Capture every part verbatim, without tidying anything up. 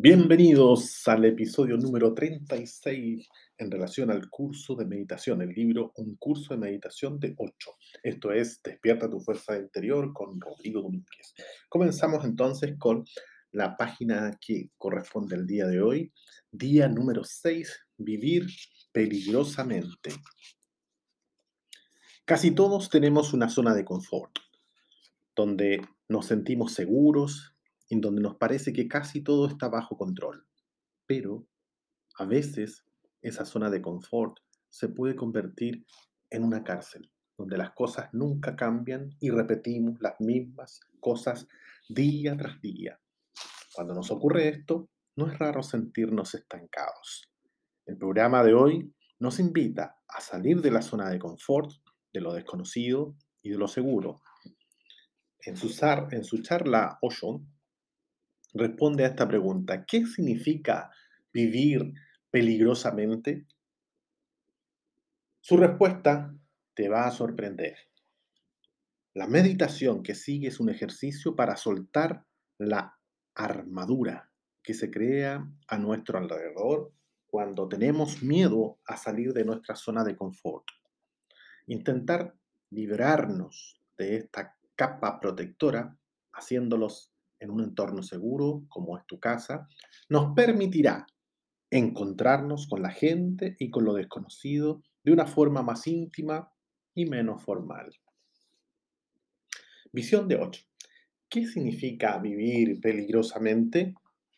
Bienvenidos al episodio número treinta y seis en relación al curso de meditación, el libro Un curso de meditación de ocho. Esto es Despierta tu fuerza interior con Rodrigo Domínguez. Comenzamos entonces con la página que corresponde al día de hoy, día número seis, vivir peligrosamente. Casi todos tenemos una zona de confort, donde nos sentimos seguros y donde nos parece que casi todo está bajo control. Pero a veces esa zona de confort se puede convertir en una cárcel, donde las cosas nunca cambian y repetimos las mismas cosas día tras día. Cuando nos ocurre esto, no es raro sentirnos estancados. El programa de hoy nos invita a salir de la zona de confort, de lo desconocido y de lo seguro. En su, zar- en su charla, Osho responde a esta pregunta: ¿qué significa vivir peligrosamente? Su respuesta te va a sorprender. La meditación que sigue es un ejercicio para soltar la armadura que se crea a nuestro alrededor cuando tenemos miedo a salir de nuestra zona de confort. Intentar librarnos de esta capa protectora, haciéndolos en un entorno seguro, como es tu casa, nos permitirá encontrarnos con la gente y con lo desconocido de una forma más íntima y menos formal. Visión de ocho. ¿Qué significa vivir peligrosamente?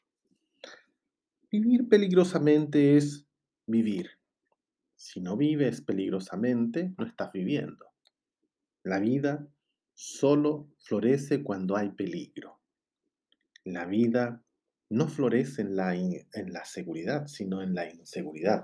Vivir peligrosamente es vivir. Si no vives peligrosamente, no estás viviendo. La vida solo florece cuando hay peligro. La vida no florece en la, in- en la seguridad, sino en la inseguridad.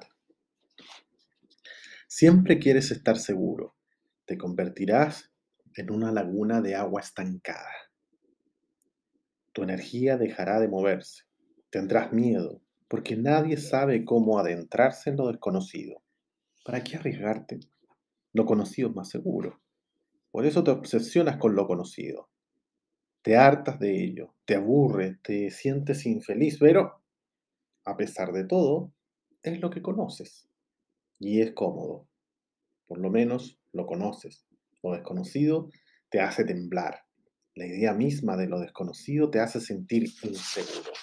Siempre quieres estar seguro. Te convertirás en una laguna de agua estancada. Tu energía dejará de moverse. Tendrás miedo, porque nadie sabe cómo adentrarse en lo desconocido. ¿Para qué arriesgarte? Lo conocido es más seguro. Por eso te obsesionas con lo conocido. Te hartas de ello, te aburre, te sientes infeliz, pero a pesar de todo, es lo que conoces y es cómodo. Por lo menos lo conoces. Lo desconocido te hace temblar. La idea misma de lo desconocido te hace sentir inseguro.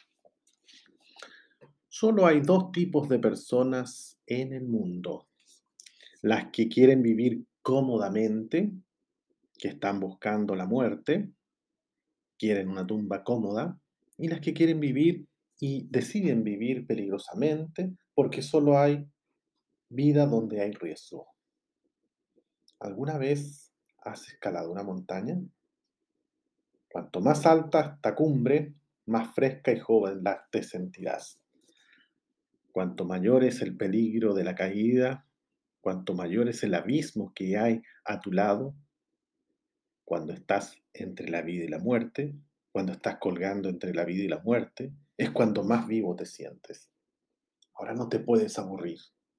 Solo hay dos tipos de personas en el mundo: las que quieren vivir cómodamente, que están buscando la muerte, quieren una tumba cómoda, y las que quieren vivir y deciden vivir peligrosamente porque solo hay vida donde hay riesgo. ¿Alguna vez has escalado una montaña? Cuanto más alta esta cumbre, más fresca y joven la te sentirás. Cuanto mayor es el peligro de la caída, cuanto mayor es el abismo que hay a tu lado, cuando estás entre la vida y la muerte, cuando estás colgando entre la vida y la muerte, es cuando más vivo te sientes. Ahora no te puedes aburrir.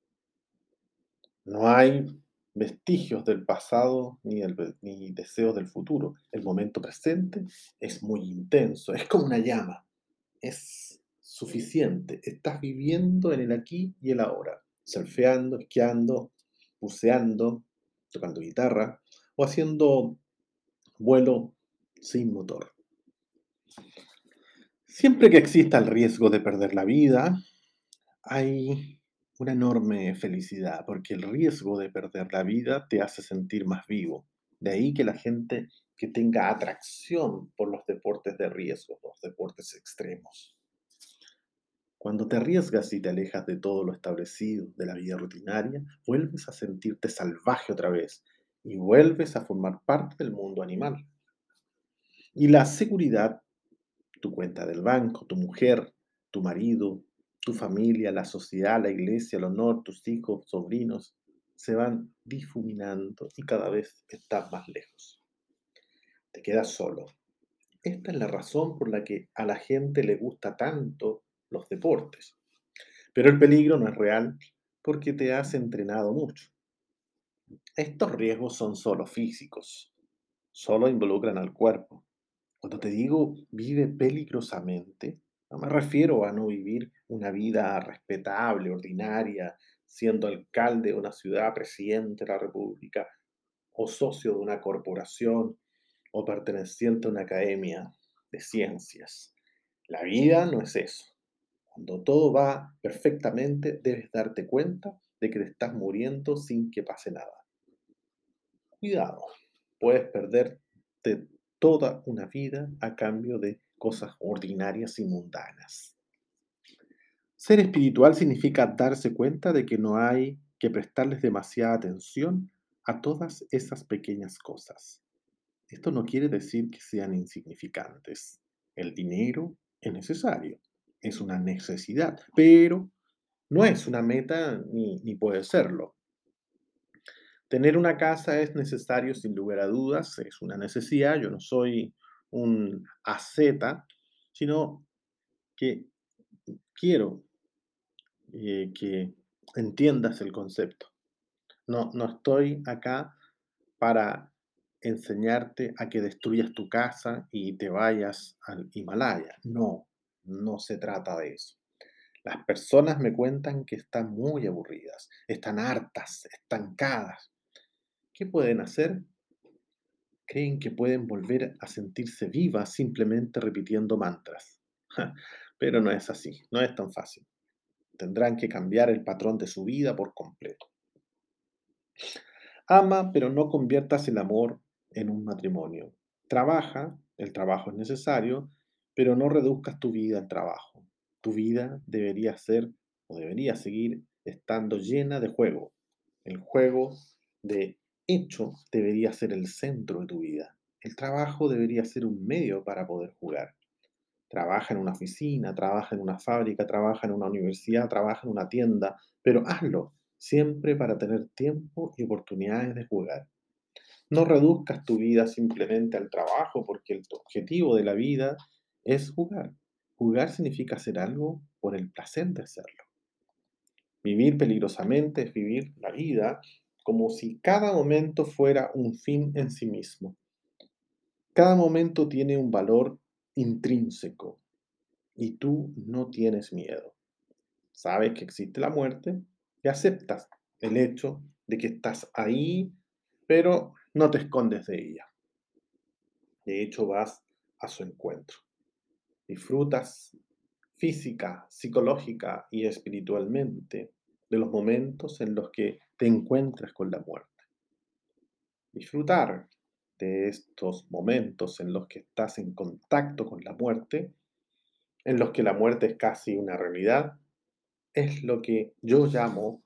No hay vestigios del pasado ni, el, ni deseos del futuro. El momento presente es muy intenso, es como una llama. Es suficiente. Estás viviendo en el aquí y el ahora, surfeando, esquiando, buceando, tocando guitarra o haciendo vuelo sin motor. Siempre que exista el riesgo de perder la vida, hay una enorme felicidad, porque el riesgo de perder la vida te hace sentir más vivo. De ahí que la gente que tenga atracción por los deportes de riesgo, los deportes extremos. Cuando te arriesgas y te alejas de todo lo establecido, de la vida rutinaria, vuelves a sentirte salvaje otra vez y vuelves a formar parte del mundo animal. Y la seguridad, tu cuenta del banco, tu mujer, tu marido, tu familia, la sociedad, la iglesia, el honor, tus hijos, sobrinos, se van difuminando y cada vez estás más lejos. Te quedas solo. Esta es la razón por la que a la gente le gusta tanto los deportes. Pero el peligro no es real porque te has entrenado mucho. Estos riesgos son solo físicos, solo involucran al cuerpo. Cuando te digo vive peligrosamente, No me refiero a no vivir una vida respetable, ordinaria, siendo alcalde de una ciudad, presidente de la república, o socio de una corporación, o perteneciente a una academia de ciencias. La vida no es eso. Cuando todo va perfectamente, debes darte cuenta de que te estás muriendo sin que pase nada. Cuidado, puedes perderte toda una vida a cambio de cosas ordinarias y mundanas. Ser espiritual significa darse cuenta de que no hay que prestarles demasiada atención a todas esas pequeñas cosas. Esto no quiere decir que sean insignificantes. El dinero es necesario, es una necesidad, pero no es una meta ni, ni puede serlo. Tener una casa es necesario sin lugar a dudas, es una necesidad. Yo no soy un asceta, sino que quiero eh, que entiendas el concepto. No, no estoy acá para enseñarte a que destruyas tu casa y te vayas al Himalaya. No, no se trata de eso. Las personas me cuentan que están muy aburridas, están hartas, estancadas. ¿Qué pueden hacer? Creen que pueden volver a sentirse vivas simplemente repitiendo mantras. Ja, pero no es así, no es tan fácil. Tendrán que cambiar el patrón de su vida por completo. Ama, pero no conviertas el amor en un matrimonio. Trabaja, el trabajo es necesario, pero no reduzcas tu vida al trabajo. Tu vida debería ser o debería seguir estando llena de juego. El juego de hecho debería ser el centro de tu vida. El trabajo debería ser un medio para poder jugar. Trabaja en una oficina, trabaja en una fábrica, trabaja en una universidad, trabaja en una tienda, pero hazlo siempre para tener tiempo y oportunidades de jugar. No reduzcas tu vida simplemente al trabajo, porque el objetivo de la vida es jugar. Jugar significa hacer algo por el placer de hacerlo. Vivir peligrosamente es vivir la vida como si cada momento fuera un fin en sí mismo. Cada momento tiene un valor intrínseco y tú no tienes miedo. Sabes que existe la muerte y aceptas el hecho de que estás ahí, pero no te escondes de ella. De hecho, vas a su encuentro. Disfrutas física, psicológica y espiritualmente de los momentos en los que te encuentras con la muerte. Disfrutar de estos momentos en los que estás en contacto con la muerte, en los que la muerte es casi una realidad, es lo que yo llamo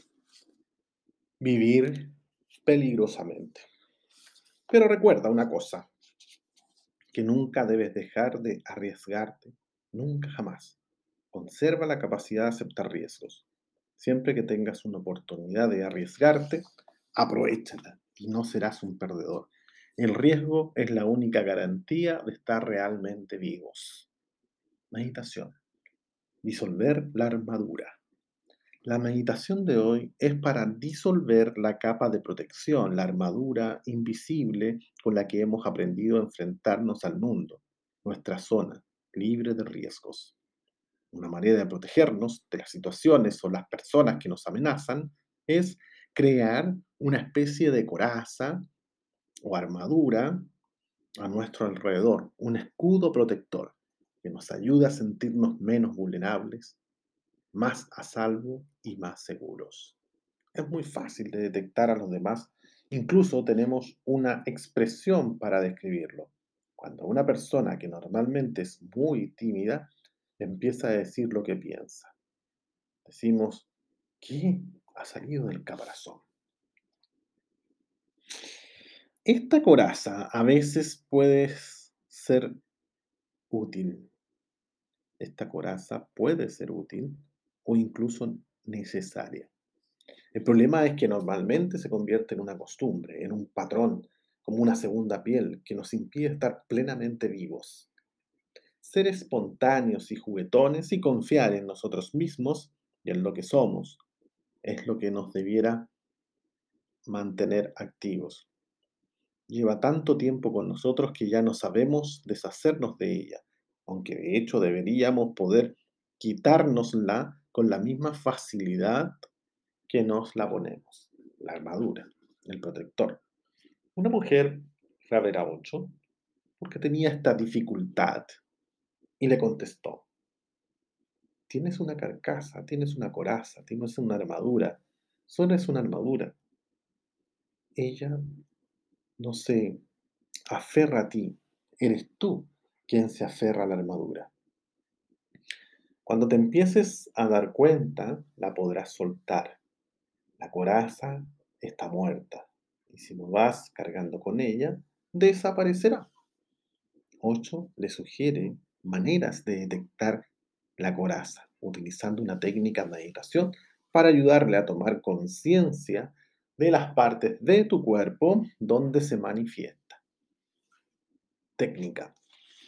vivir peligrosamente. Pero recuerda una cosa, que nunca debes dejar de arriesgarte, nunca jamás. Conserva la capacidad de aceptar riesgos. Siempre que tengas una oportunidad de arriesgarte, aprovéchala y no serás un perdedor. El riesgo es la única garantía de estar realmente vivos. Meditación. Disolver la armadura. La meditación de hoy es para disolver la capa de protección, la armadura invisible con la que hemos aprendido a enfrentarnos al mundo, nuestra zona, libre de riesgos. Una manera de protegernos de las situaciones o las personas que nos amenazan es crear una especie de coraza o armadura a nuestro alrededor, un escudo protector que nos ayuda a sentirnos menos vulnerables, más a salvo y más seguros. Es muy fácil de detectar a los demás, incluso tenemos una expresión para describirlo. Cuando una persona que normalmente es muy tímida empieza a decir lo que piensa, decimos, ¿qué ha salido del caparazón? Esta coraza a veces puede ser útil. Esta coraza puede ser útil o incluso necesaria. El problema es que normalmente se convierte en una costumbre, en un patrón, como una segunda piel que nos impide estar plenamente vivos. Ser espontáneos y juguetones y confiar en nosotros mismos y en lo que somos es lo que nos debiera mantener activos. Lleva tanto tiempo con nosotros que ya no sabemos deshacernos de ella, aunque de hecho deberíamos poder quitárnosla con la misma facilidad que nos la ponemos, la armadura, el protector. Una mujer fue a ver a Ocho porque tenía esta dificultad y le contestó: tienes una carcasa, tienes una coraza, tienes una armadura, solo es una armadura. Ella no se aferra a ti, eres tú quien se aferra a la armadura. Cuando te empieces a dar cuenta, la podrás soltar. La coraza está muerta y si no vas cargando con ella, desaparecerá. Ocho le sugiere maneras de detectar la coraza, utilizando una técnica de meditación para ayudarle a tomar conciencia de las partes de tu cuerpo donde se manifiesta. Técnica.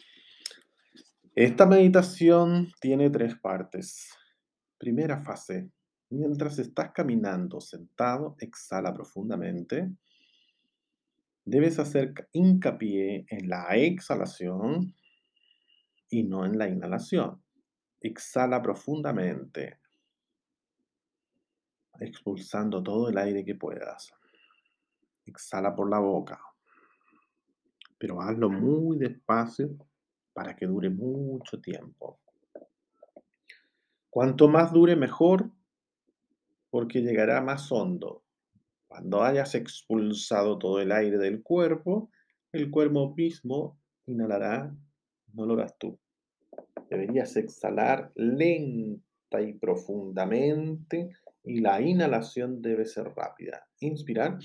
Esta meditación tiene tres partes. Primera fase. Mientras estás caminando sentado, exhala profundamente. Debes hacer hincapié en la exhalación y no en la inhalación. Exhala profundamente, expulsando todo el aire que puedas. Exhala por la boca, pero hazlo muy despacio para que dure mucho tiempo. Cuanto más dure, mejor, porque llegará más hondo. Cuando hayas expulsado todo el aire del cuerpo, el cuerpo mismo inhalará, no lo harás tú. Deberías exhalar lenta y profundamente y la inhalación debe ser rápida. Inspirar,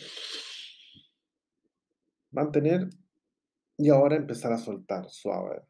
mantener y ahora empezar a soltar suave.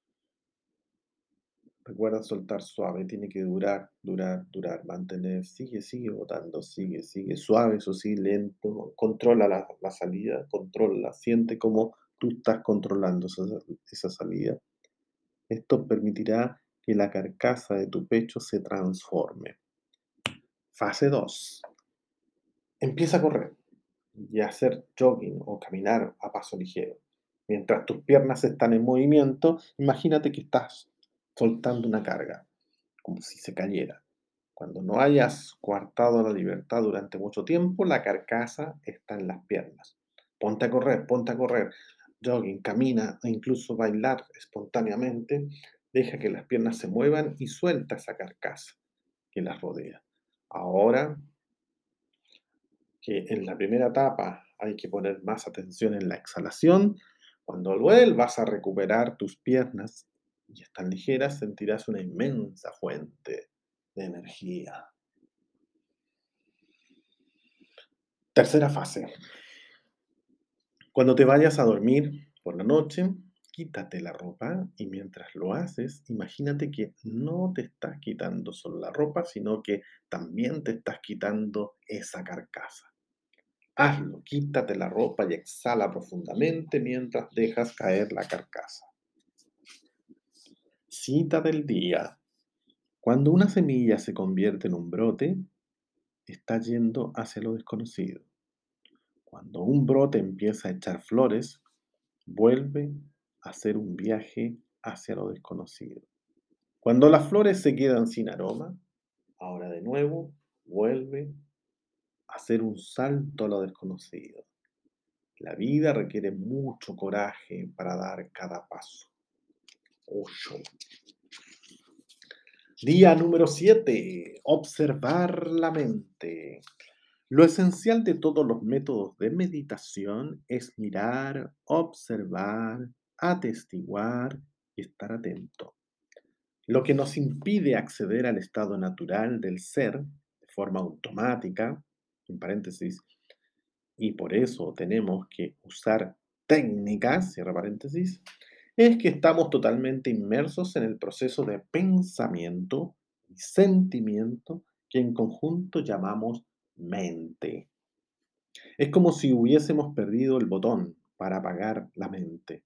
Recuerda soltar suave, tiene que durar, durar, durar, mantener, sigue, sigue botando, sigue, sigue, suave, eso sí, lento, controla la, la salida, controla, siente cómo tú estás controlando esa, esa salida. Esto permitirá que la carcasa de tu pecho se transforme. Fase dos. Empieza a correr y a hacer jogging o caminar a paso ligero. Mientras tus piernas están en movimiento, imagínate que estás soltando una carga, como si se cayera. Cuando no hayas coartado la libertad durante mucho tiempo, la carcasa está en las piernas. Ponte a correr, ponte a correr, jogging, camina e incluso bailar espontáneamente. Deja que las piernas se muevan y suelta esa carcasa que las rodea. Ahora que en la primera etapa hay que poner más atención en la exhalación, cuando vuelvas a recuperar tus piernas y están ligeras, sentirás una inmensa fuente de energía. Tercera fase. Cuando te vayas a dormir por la noche, quítate la ropa y mientras lo haces, imagínate que no te estás quitando solo la ropa, sino que también te estás quitando esa carcasa. Hazlo, quítate la ropa y exhala profundamente mientras dejas caer la carcasa. Cita del día. Cuando una semilla se convierte en un brote, está yendo hacia lo desconocido. Cuando un brote empieza a echar flores, vuelve a hacer un viaje hacia lo desconocido. Cuando las flores se quedan sin aroma, ahora de nuevo vuelve a hacer un salto a lo desconocido. La vida requiere mucho coraje para dar cada paso. Ocho. Día número siete. Observar la mente. Lo esencial de todos los métodos de meditación es mirar, observar, atestiguar y estar atento. Lo que nos impide acceder al estado natural del ser de forma automática, en paréntesis, y por eso tenemos que usar técnicas, cierra paréntesis, es que estamos totalmente inmersos en el proceso de pensamiento y sentimiento que en conjunto llamamos mente. Es como si hubiésemos perdido el botón para apagar la mente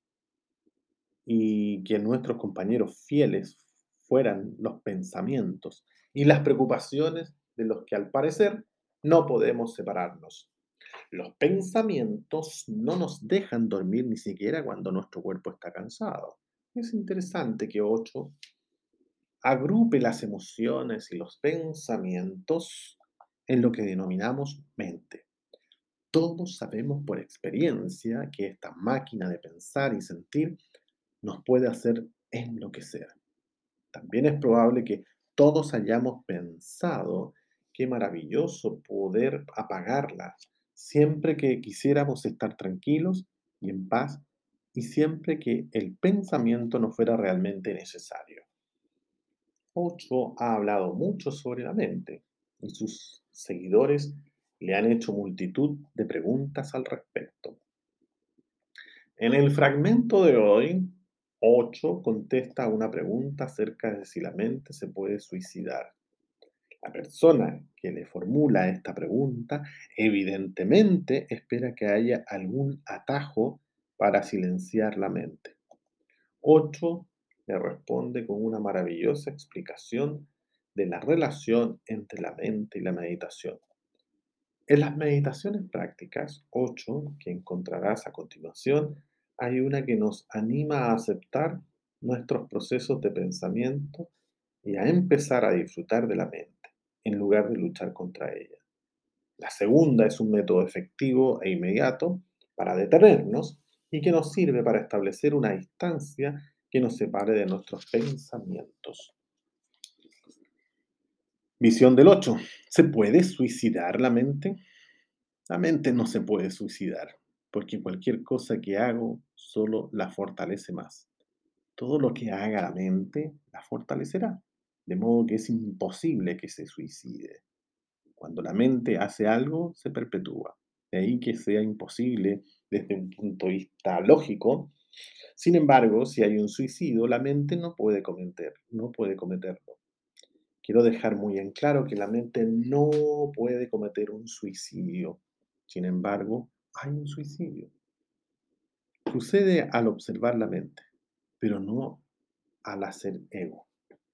y que nuestros compañeros fieles fueran los pensamientos y las preocupaciones de los que al parecer no podemos separarnos. Los pensamientos no nos dejan dormir ni siquiera cuando nuestro cuerpo está cansado. Es interesante que ocho agrupe las emociones y los pensamientos en lo que denominamos mente. Todos sabemos por experiencia que esta máquina de pensar y sentir nos puede hacer enloquecer. También es probable que todos hayamos pensado qué maravilloso poder apagarla siempre que quisiéramos estar tranquilos y en paz y siempre que el pensamiento no fuera realmente necesario. Ocho ha hablado mucho sobre la mente y sus seguidores le han hecho multitud de preguntas al respecto. En el fragmento de hoy, Ocho contesta a una pregunta acerca de si la mente se puede suicidar. La persona que le formula esta pregunta evidentemente espera que haya algún atajo para silenciar la mente. Ocho le responde con una maravillosa explicación de la relación entre la mente y la meditación. En las meditaciones prácticas, ocho, que encontrarás a continuación, hay una que nos anima a aceptar nuestros procesos de pensamiento y a empezar a disfrutar de la mente, en lugar de luchar contra ella. La segunda es un método efectivo e inmediato para detenernos y que nos sirve para establecer una distancia que nos separe de nuestros pensamientos. Visión del ocho. ¿Se puede suicidar la mente? La mente no se puede suicidar, porque cualquier cosa que hago solo la fortalece más. Todo lo que haga la mente la fortalecerá, de modo que es imposible que se suicide. Cuando la mente hace algo, se perpetúa. De ahí que sea imposible desde un punto de vista lógico. Sin embargo, si hay un suicidio, la mente no puede cometer, no puede cometerlo. Quiero dejar muy en claro que la mente no puede cometer un suicidio. Sin embargo, hay un suicidio. Sucede al observar la mente, pero no al hacer ego.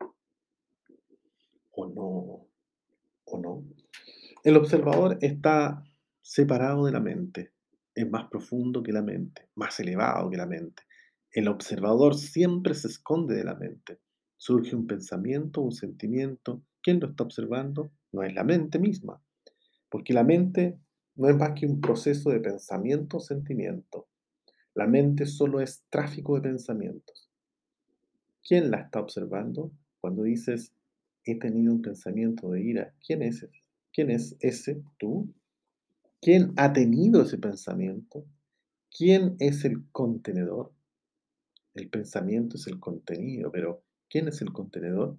¿O no? ¿O no? El observador está separado de la mente. Es más profundo que la mente, más elevado que la mente. El observador siempre se esconde de la mente. Surge un pensamiento, un sentimiento. ¿Quién lo está observando? No es la mente misma. Porque la mente no es más que un proceso de pensamiento o sentimiento. La mente solo es tráfico de pensamientos. ¿Quién la está observando? Cuando dices, he tenido un pensamiento de ira, ¿quién es ese? ¿Quién es ese? ¿Tú? ¿Quién ha tenido ese pensamiento? ¿Quién es el contenedor? El pensamiento es el contenido, pero ¿quién es el contenedor?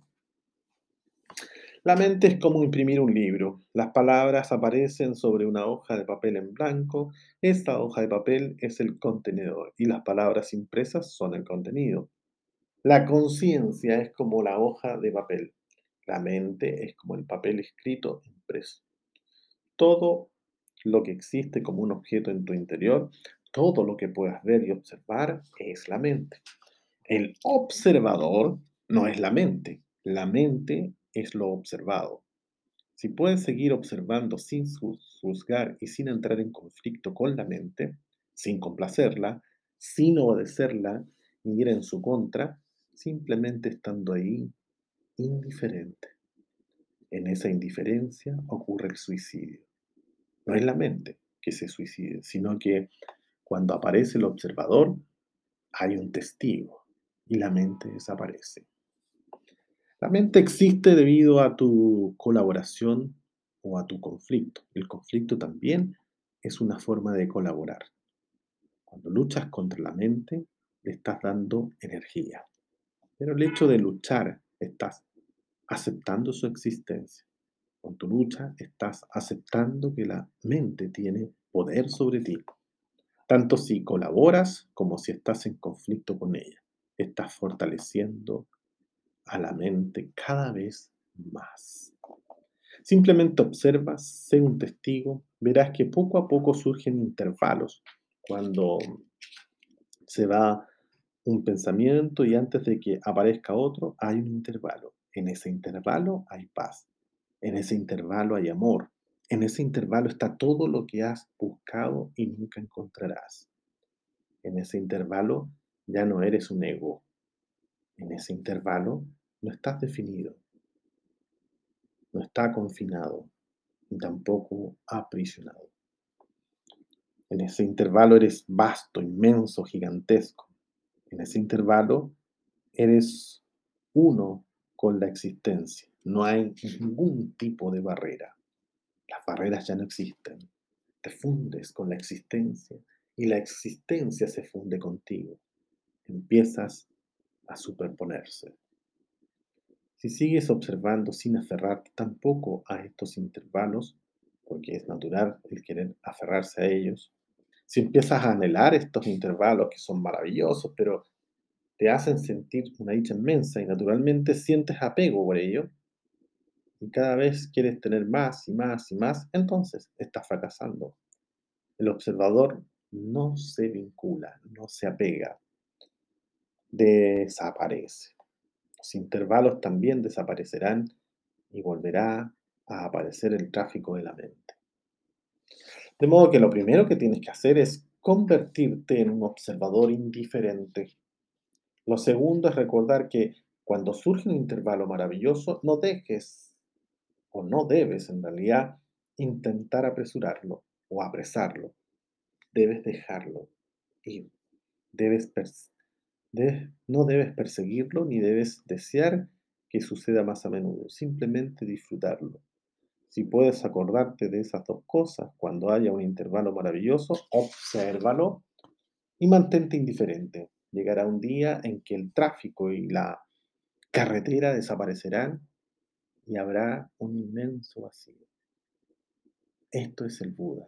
La mente es como imprimir un libro. Las palabras aparecen sobre una hoja de papel en blanco. Esta hoja de papel es el contenedor y las palabras impresas son el contenido. La conciencia es como la hoja de papel. La mente es como el papel escrito impreso. Todo lo que existe como un objeto en tu interior, todo lo que puedas ver y observar es la mente. El observador no es la mente. La mente es lo observado. Si puedes seguir observando sin juzgar y sin entrar en conflicto con la mente, sin complacerla, sin obedecerla ni ir en su contra, simplemente estando ahí, indiferente. En esa indiferencia ocurre el suicidio. No es la mente que se suicide, sino que cuando aparece el observador, hay un testigo y la mente desaparece. La mente existe debido a tu colaboración o a tu conflicto. El conflicto también es una forma de colaborar. Cuando luchas contra la mente, le estás dando energía. Pero el hecho de luchar, estás aceptando su existencia. Con tu lucha, estás aceptando que la mente tiene poder sobre ti, tanto si colaboras como si estás en conflicto con ella. Estás fortaleciendo a la mente cada vez más. Simplemente observas, sé un testigo, verás que poco a poco surgen intervalos cuando se va un pensamiento y antes de que aparezca otro hay un intervalo. En ese intervalo hay paz, en ese intervalo hay amor, en ese intervalo está todo lo que has buscado y nunca encontrarás. En ese intervalo ya no eres un ego, En ese intervalo no estás definido, no está confinado, ni tampoco aprisionado. En ese intervalo eres vasto, inmenso, gigantesco. En ese intervalo eres uno con la existencia. No hay ningún tipo de barrera. Las barreras ya no existen. Te fundes con la existencia y la existencia se funde contigo. Empiezas a superponerse. Si sigues observando sin aferrarte tampoco a estos intervalos, porque es natural el querer aferrarse a ellos, si empiezas a anhelar estos intervalos que son maravillosos, pero te hacen sentir una dicha inmensa y naturalmente sientes apego por ello, y cada vez quieres tener más y más y más, entonces estás fracasando. El observador no se vincula, no se apega, desaparece. Los intervalos también desaparecerán y volverá a aparecer el tráfico de la mente. De modo que lo primero que tienes que hacer es convertirte en un observador indiferente. Lo segundo es recordar que cuando surge un intervalo maravilloso, no dejes o no debes en realidad intentar apresurarlo o apresarlo. Debes dejarlo ir. Debes pers- de- no debes perseguirlo ni debes desear que suceda más a menudo. Simplemente disfrutarlo. Si puedes acordarte de esas dos cosas cuando haya un intervalo maravilloso, obsérvalo y mantente indiferente. Llegará un día en que el tráfico y la carretera desaparecerán y habrá un inmenso vacío. Esto es el Buda.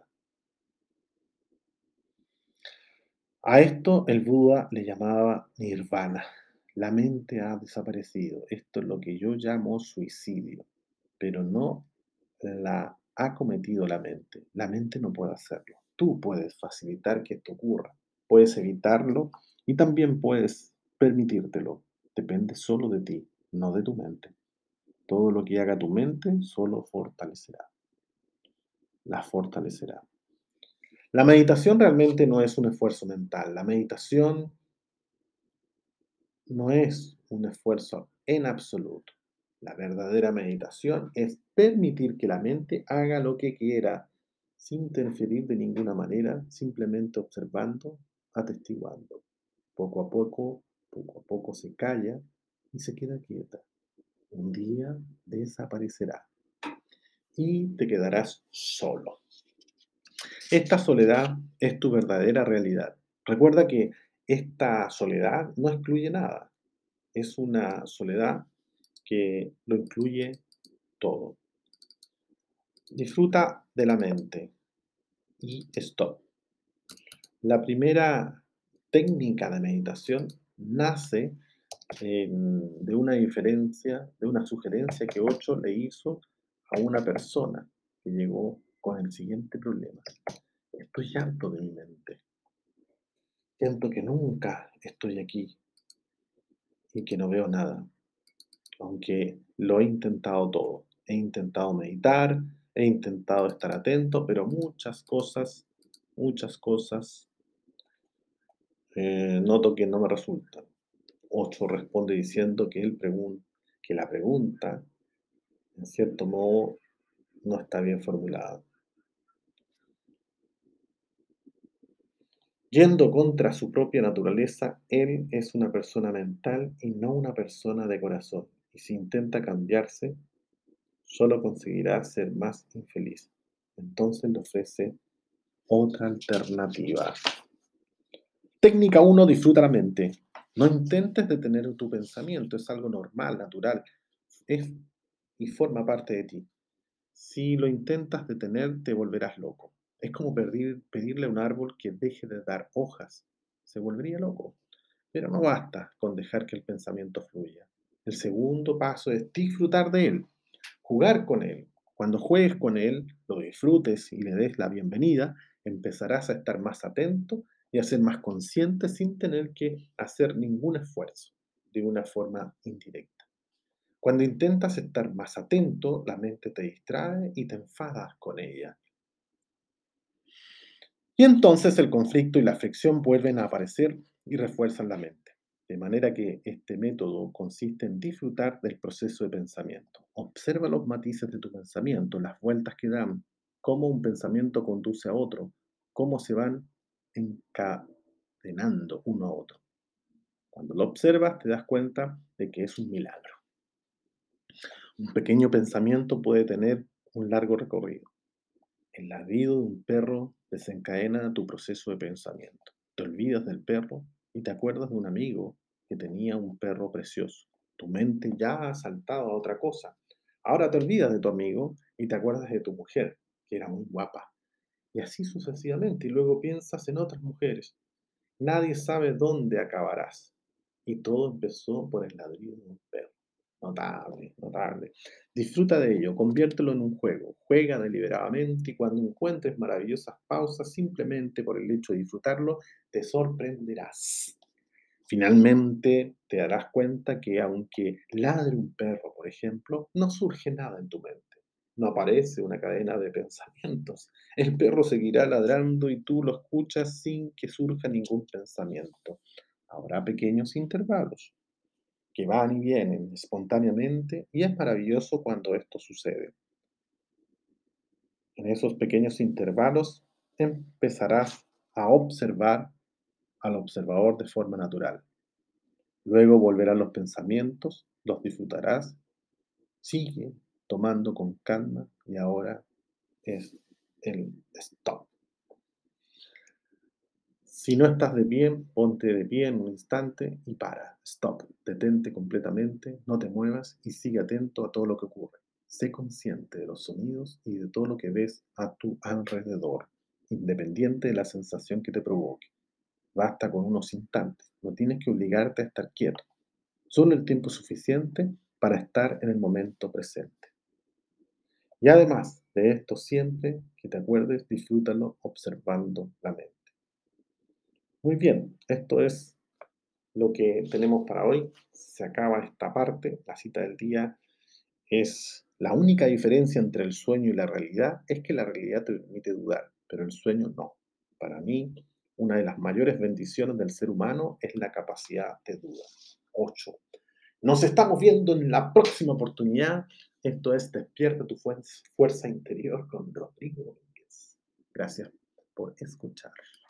A esto el Buda le llamaba nirvana. La mente ha desaparecido. Esto es lo que yo llamo suicidio, pero no la ha cometido la mente. La mente no puede hacerlo. Tú puedes facilitar que esto ocurra. Puedes evitarlo y también puedes permitírtelo. Depende solo de ti, no de tu mente. Todo lo que haga tu mente solo fortalecerá. La fortalecerá. La meditación realmente no es un esfuerzo mental. La meditación no es un esfuerzo en absoluto. La verdadera meditación es permitir que la mente haga lo que quiera, sin interferir de ninguna manera, simplemente observando, atestiguando. Poco a poco, poco a poco se calla y se queda quieta. Un día desaparecerá y te quedarás solo. Esta soledad es tu verdadera realidad. Recuerda que esta soledad no excluye nada. Es una soledad que lo incluye todo. Disfruta de la mente y stop. La primera técnica de meditación nace en- de una diferencia, de una sugerencia que Ocho le hizo a una persona que llegó con el siguiente problema. Estoy harto de mi mente. Siento que nunca estoy aquí y que no veo nada, aunque lo he intentado todo. He intentado meditar, he intentado estar atento, pero muchas cosas, muchas cosas, eh, noto que no me resultan. Ocho responde diciendo que, él pregun- que la pregunta, en cierto modo, no está bien formulada. Yendo contra su propia naturaleza, él es una persona mental y no una persona de corazón. Y si intenta cambiarse, solo conseguirá ser más infeliz. Entonces le ofrece otra alternativa. Técnica uno: disfruta la mente. No intentes detener tu pensamiento, es algo normal, natural, es y forma parte de ti. Si lo intentas detener, te volverás loco. Es como pedir- pedirle a un árbol que deje de dar hojas. Se volvería loco. Pero no basta con dejar que el pensamiento fluya. El segundo paso es disfrutar de él, jugar con él. Cuando juegues con él, lo disfrutes y le des la bienvenida, empezarás a estar más atento y a ser más consciente sin tener que hacer ningún esfuerzo, de una forma indirecta. Cuando intentas estar más atento, la mente te distrae y te enfadas con ella. Y entonces el conflicto y la fricción vuelven a aparecer y refuerzan la mente. De manera que este método consiste en disfrutar del proceso de pensamiento. Observa los matices de tu pensamiento, las vueltas que dan, cómo un pensamiento conduce a otro, cómo se van encadenando uno a otro. Cuando lo observas te das cuenta de que es un milagro. Un pequeño pensamiento puede tener un largo recorrido. El ladrido de un perro desencadena tu proceso de pensamiento. Te olvidas del perro y te acuerdas de un amigo que tenía un perro precioso. Tu mente ya ha saltado a otra cosa. Ahora te olvidas de tu amigo y te acuerdas de tu mujer, que era muy guapa. Y así sucesivamente. Y luego piensas en otras mujeres. Nadie sabe dónde acabarás. Y todo empezó por el ladrido de un perro. Notable, notable. Disfruta de ello, conviértelo en un juego. Juega deliberadamente y cuando encuentres maravillosas pausas, simplemente por el hecho de disfrutarlo, te sorprenderás. Finalmente, te darás cuenta que aunque ladre un perro, por ejemplo, no surge nada en tu mente. No aparece una cadena de pensamientos. El perro seguirá ladrando y tú lo escuchas sin que surja ningún pensamiento. Habrá pequeños intervalos que van y vienen espontáneamente y es maravilloso cuando esto sucede. En esos pequeños intervalos empezarás a observar al observador de forma natural. Luego volverán los pensamientos, los disfrutarás, sigue tomando con calma y ahora es el stop. Si no estás de pie, ponte de pie en un instante y para. Stop. Detente completamente, no te muevas y sigue atento a todo lo que ocurre. Sé consciente de los sonidos y de todo lo que ves a tu alrededor, independiente de la sensación que te provoque. Basta con unos instantes. No tienes que obligarte a estar quieto. Solo el tiempo suficiente para estar en el momento presente. Y además de esto, siempre que te acuerdes, disfrútalo observando la mente. Muy bien, esto es lo que tenemos para hoy. Se acaba esta parte. La cita del día es la única diferencia entre el sueño y la realidad es que la realidad te permite dudar, pero el sueño no. Para mí, una de las mayores bendiciones del ser humano es la capacidad de duda. Ocho. Nos estamos viendo en la próxima oportunidad. Esto es Despierta tu fuerza interior con Rodrigo Domínguez. Gracias por escuchar.